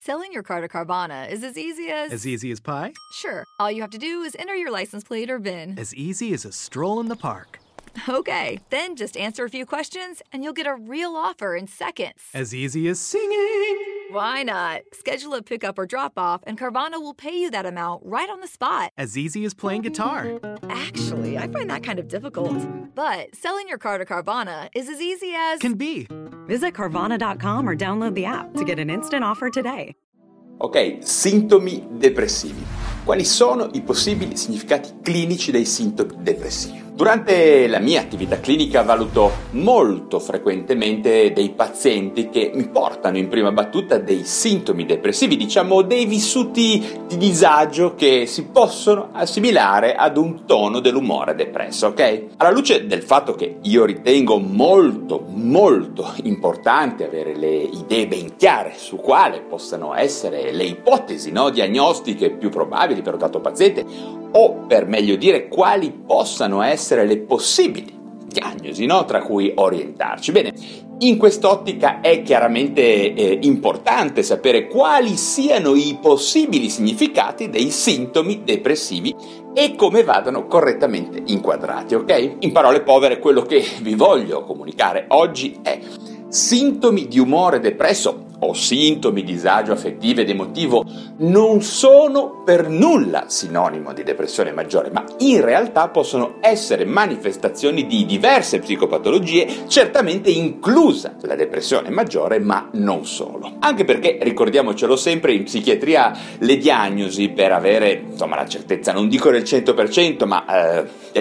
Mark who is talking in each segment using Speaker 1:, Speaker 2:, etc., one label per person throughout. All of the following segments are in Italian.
Speaker 1: Selling your car to Carvana is as easy as...
Speaker 2: As easy as pie?
Speaker 1: Sure. All you have to do is enter your license plate or VIN.
Speaker 2: As easy as a stroll in the park.
Speaker 1: Okay, then just answer a few questions and you'll get a real offer in seconds.
Speaker 2: As easy as singing.
Speaker 1: Why not? Schedule a pickup or drop-off and Carvana will pay you that amount right on the spot.
Speaker 2: As easy as playing guitar.
Speaker 1: Actually, I find that kind of difficult. But selling your car to Carvana is as easy as...
Speaker 2: Can be.
Speaker 3: Visit Carvana.com or download the app to get an instant offer today.
Speaker 4: Ok, sintomi depressivi. Quali sono i possibili significati clinici dei sintomi depressivi? Durante la mia attività clinica valuto molto frequentemente dei pazienti che mi portano in prima battuta dei sintomi depressivi, diciamo dei vissuti di disagio che si possono assimilare ad un tono dell'umore depresso, ok? Alla luce del fatto che io ritengo molto importante avere le idee ben chiare su quale possano essere le ipotesi, no, diagnostiche più probabili per un dato paziente, o per meglio dire quali possano essere le possibili diagnosi, no, tra cui orientarci. Bene, in quest'ottica è chiaramente importante sapere quali siano i possibili significati dei sintomi depressivi e come vadano correttamente inquadrati, ok? In parole povere, quello che vi voglio comunicare oggi è: sintomi di umore depresso o sintomi di disagio affettivo ed emotivo non sono per nulla sinonimo di depressione maggiore, ma in realtà possono essere manifestazioni di diverse psicopatologie, certamente inclusa la depressione maggiore, ma non solo. Anche perché, ricordiamocelo sempre, in psichiatria le diagnosi, per avere la certezza, non dico del 100%, ma del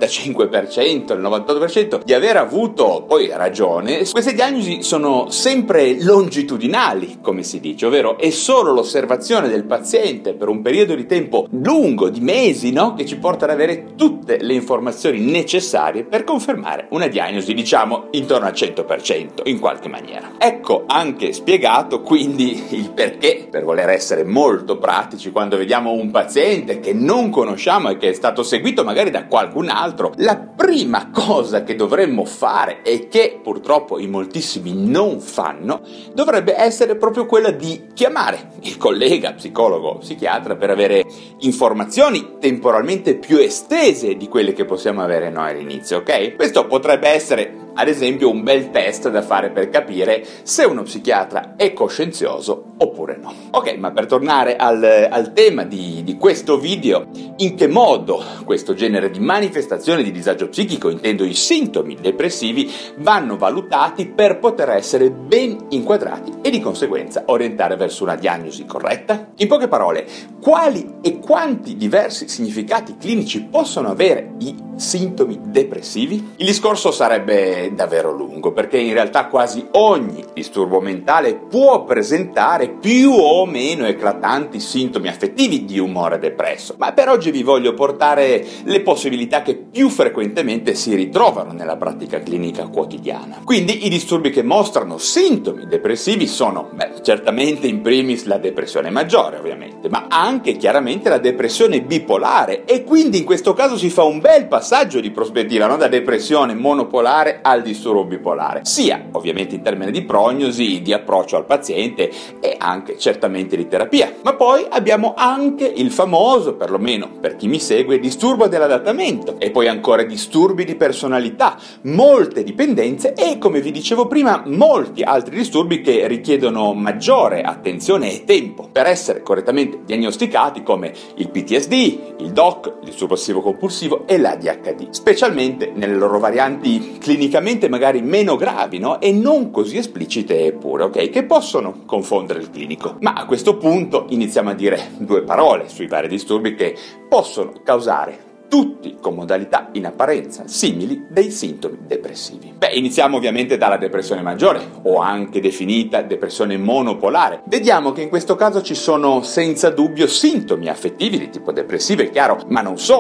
Speaker 4: 95%, del 98% di aver avuto poi ragione, queste diagnosi sono sempre longitudinali, come si dice, ovvero è solo l'osservazione del paziente per un periodo di tempo lungo, di mesi, no? Che ci porta ad avere tutte le informazioni necessarie per confermare una diagnosi, diciamo, intorno al 100%, in qualche maniera. Ecco anche spiegato quindi il perché, per voler essere molto pratici, quando vediamo un paziente che non conosciamo e che è stato seguito magari da qualcun altro, la prima cosa che dovremmo fare e che purtroppo in moltissimi non fanno dovrebbe essere proprio quella di chiamare il collega psicologo psichiatra per avere informazioni temporalmente più estese di quelle che possiamo avere noi all'inizio, ok? Questo potrebbe essere ad esempio un bel test da fare per capire se uno psichiatra è coscienzioso oppure no. Ok, ma per tornare al tema di questo video, in che modo questo genere di manifestazione di disagio psichico, intendo i sintomi depressivi, vanno valutati per poter essere ben inquadrati e di conseguenza orientare verso una diagnosi corretta? In poche parole, quali e quanti diversi significati clinici possono avere i sintomi depressivi? Il discorso sarebbe davvero lungo, perché in realtà quasi ogni disturbo mentale può presentare più o meno eclatanti sintomi affettivi di umore depresso, ma per oggi vi voglio portare le possibilità che più frequentemente si ritrovano nella pratica clinica quotidiana. Quindi i disturbi che mostrano sintomi depressivi sono, certamente in primis la depressione maggiore, ovviamente, ma anche chiaramente la depressione bipolare, e quindi in questo caso si fa un bel passaggio di prospettiva, no? Da depressione monopolare al disturbo bipolare, sia ovviamente in termini di prognosi, di approccio al paziente e anche certamente di terapia. Ma poi abbiamo anche il famoso, perlomeno per chi mi segue, disturbo dell'adattamento, e poi ancora disturbi di personalità, molte dipendenze e, come vi dicevo prima, molti altri disturbi che richiedono maggiore attenzione e tempo per essere correttamente diagnosticati, come il PTSD, il DOC, il disturbo ossessivo compulsivo e l'ADHD, specialmente nelle loro varianti clinicamente magari meno gravi, no? E non così esplicite pure, ok? Che possono confondere il clinico. Ma a questo punto iniziamo a dire due parole sui vari disturbi che possono causare, tutti con modalità in apparenza simili, dei sintomi depressivi. Iniziamo ovviamente dalla depressione maggiore, o anche definita depressione monopolare. Vediamo che in questo caso ci sono senza dubbio sintomi affettivi di tipo depressivo, è chiaro, ma non solo,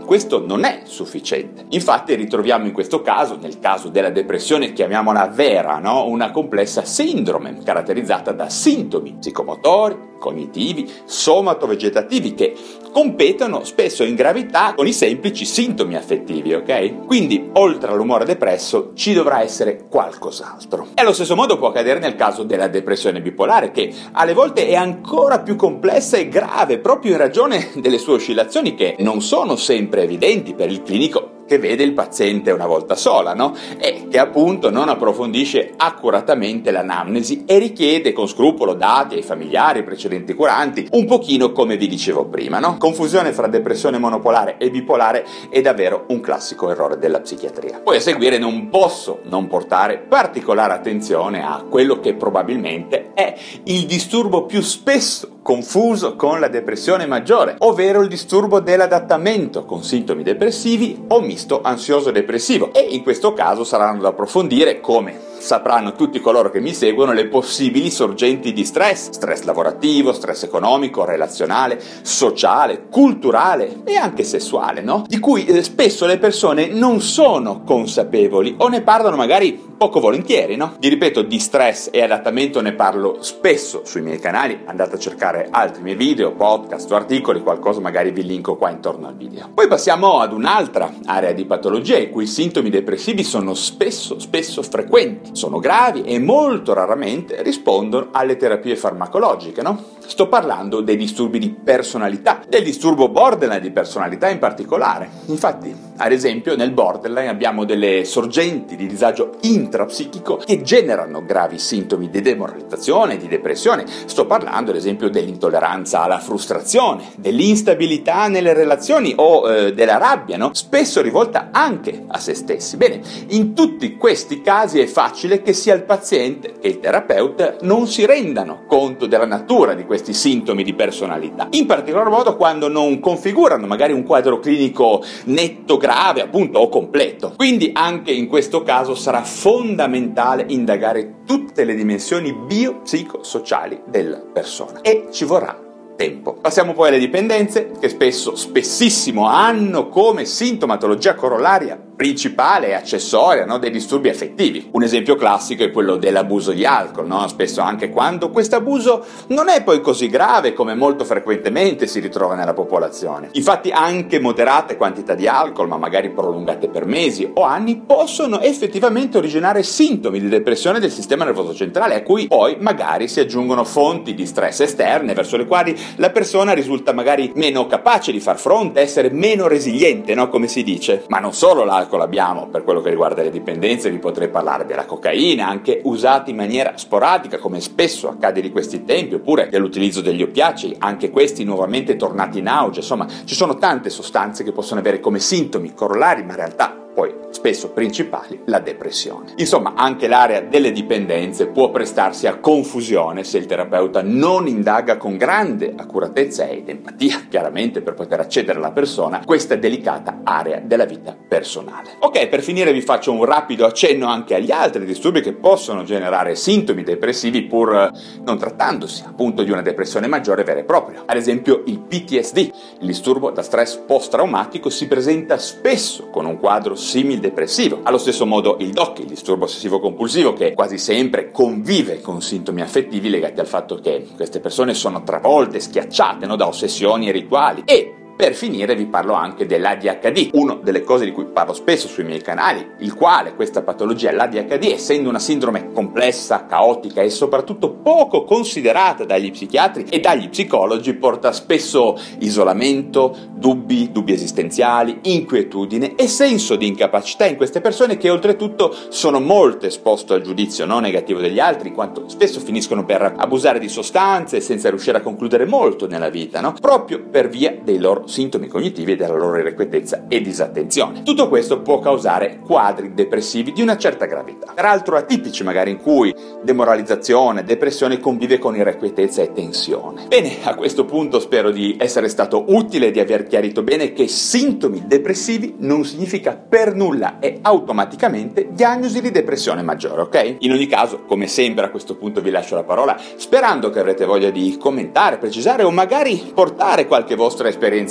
Speaker 4: questo non è sufficiente. Infatti ritroviamo in questo caso, nel caso della depressione, chiamiamola vera, no? Una complessa sindrome caratterizzata da sintomi psicomotori, cognitivi, somatovegetativi che competono spesso in gravità con i semplici sintomi affettivi, ok? Quindi, oltre all'umore depresso, ci dovrà essere qualcos'altro. E allo stesso modo può accadere nel caso della depressione bipolare, che alle volte è ancora più complessa e grave proprio in ragione delle sue oscillazioni che non sono sempre evidenti per il clinico che vede il paziente una volta sola, no? E che appunto non approfondisce accuratamente l'anamnesi e richiede con scrupolo dati ai familiari, precedenti curanti, un pochino come vi dicevo prima, no? Confusione fra depressione monopolare e bipolare è davvero un classico errore della psichiatria. Poi a seguire non posso non portare particolare attenzione a quello che probabilmente è il disturbo più spesso confuso con la depressione maggiore, ovvero il disturbo dell'adattamento con sintomi depressivi o misto ansioso-depressivo. E in questo caso saranno da approfondire, come sapranno tutti coloro che mi seguono, le possibili sorgenti di stress lavorativo, stress economico, relazionale, sociale, culturale e anche sessuale, no? Di cui spesso le persone non sono consapevoli o ne parlano magari poco volentieri, no? Vi ripeto, di stress e adattamento ne parlo spesso sui miei canali, andate a cercare altri miei video, podcast o articoli, qualcosa magari vi linko qua intorno al video. Poi passiamo ad un'altra area di patologia in cui i sintomi depressivi sono spesso frequenti, sono gravi e molto raramente rispondono alle terapie farmacologiche, no? Sto parlando dei disturbi di personalità, del disturbo borderline di personalità in particolare. Infatti, ad esempio, nel borderline abbiamo delle sorgenti di disagio intrapsichico che generano gravi sintomi di demoralizzazione e di depressione. Sto parlando, ad esempio, dell'intolleranza alla frustrazione, dell'instabilità nelle relazioni o della rabbia, no? Spesso rivolta anche a se stessi. Bene, in tutti questi casi è facile che sia il paziente che il terapeuta non si rendano conto della natura di questi sintomi di personalità, in particolar modo quando non configurano magari un quadro clinico netto, grave, appunto, o completo. Quindi anche in questo caso sarà fondamentale indagare tutte le dimensioni biopsicosociali della persona e ci vorrà tempo. Passiamo poi alle dipendenze, che spessissimo hanno come sintomatologia corollaria principale e accessoria, no, dei disturbi affettivi. Un esempio classico è quello dell'abuso di alcol, no? Spesso anche quando questo abuso non è poi così grave come molto frequentemente si ritrova nella popolazione. Infatti anche moderate quantità di alcol, ma magari prolungate per mesi o anni, possono effettivamente originare sintomi di depressione del sistema nervoso centrale, a cui poi magari si aggiungono fonti di stress esterne verso le quali la persona risulta magari meno capace di far fronte, essere meno resiliente, no? Come si dice. Ma non solo l'alcol abbiamo, per quello che riguarda le dipendenze vi potrei parlare della cocaina, anche usata in maniera sporadica come spesso accade di questi tempi, oppure dell'utilizzo degli oppiacei, anche questi nuovamente tornati in auge. Insomma, ci sono tante sostanze che possono avere come sintomi corollari, ma in realtà poi spesso principali, la depressione. Insomma, anche l'area delle dipendenze può prestarsi a confusione se il terapeuta non indaga con grande accuratezza ed empatia, chiaramente, per poter accedere alla persona questa delicata area della vita personale. Ok, per finire vi faccio un rapido accenno anche agli altri disturbi che possono generare sintomi depressivi pur non trattandosi appunto di una depressione maggiore vera e propria. Ad esempio il PTSD, il disturbo da stress post-traumatico, si presenta spesso con un quadro simil depressivo. Allo stesso modo il DOC, il disturbo ossessivo-compulsivo, che quasi sempre convive con sintomi affettivi legati al fatto che queste persone sono travolte, schiacciate, no, da ossessioni e rituali. E per finire vi parlo anche dell'ADHD, una delle cose di cui parlo spesso sui miei canali, il quale questa patologia, l'ADHD, essendo una sindrome complessa, caotica e soprattutto poco considerata dagli psichiatri e dagli psicologi, porta spesso isolamento, dubbi esistenziali, inquietudine e senso di incapacità in queste persone, che oltretutto sono molto esposte al giudizio non negativo degli altri, in quanto spesso finiscono per abusare di sostanze senza riuscire a concludere molto nella vita, no? Proprio per via dei loro sintomi cognitivi e della loro irrequietezza e disattenzione. Tutto questo può causare quadri depressivi di una certa gravità, peraltro atipici, magari in cui demoralizzazione, depressione convive con irrequietezza e tensione. Bene, a questo punto spero di essere stato utile e di aver chiarito bene che sintomi depressivi non significa per nulla e automaticamente diagnosi di depressione maggiore, ok? In ogni caso, come sempre, a questo punto vi lascio la parola, sperando che avrete voglia di commentare, precisare o magari portare qualche vostra esperienza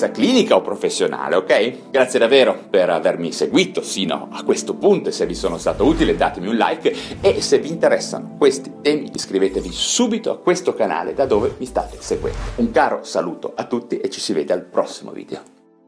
Speaker 4: esperienza clinica o professionale, ok? Grazie davvero per avermi seguito sino a questo punto, e se vi sono stato utile datemi un like, e se vi interessano questi temi iscrivetevi subito a questo canale da dove mi state seguendo. Un caro saluto a tutti e ci si vede al prossimo video.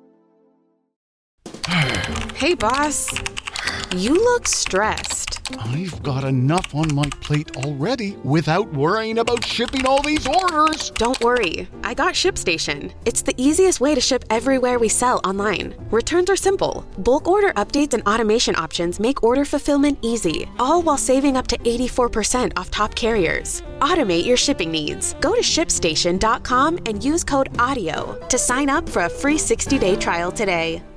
Speaker 5: Hey boss, you look stressed.
Speaker 6: I've got enough on my plate already without worrying about shipping all these orders.
Speaker 5: Don't worry, I got ShipStation. It's the easiest way to ship everywhere we sell online. Returns are simple. Bulk order updates and automation options make order fulfillment easy, all while saving up to 84% off top carriers. Automate your shipping needs. Go to ShipStation.com and use code AUDIO to sign up for a free 60-day trial today.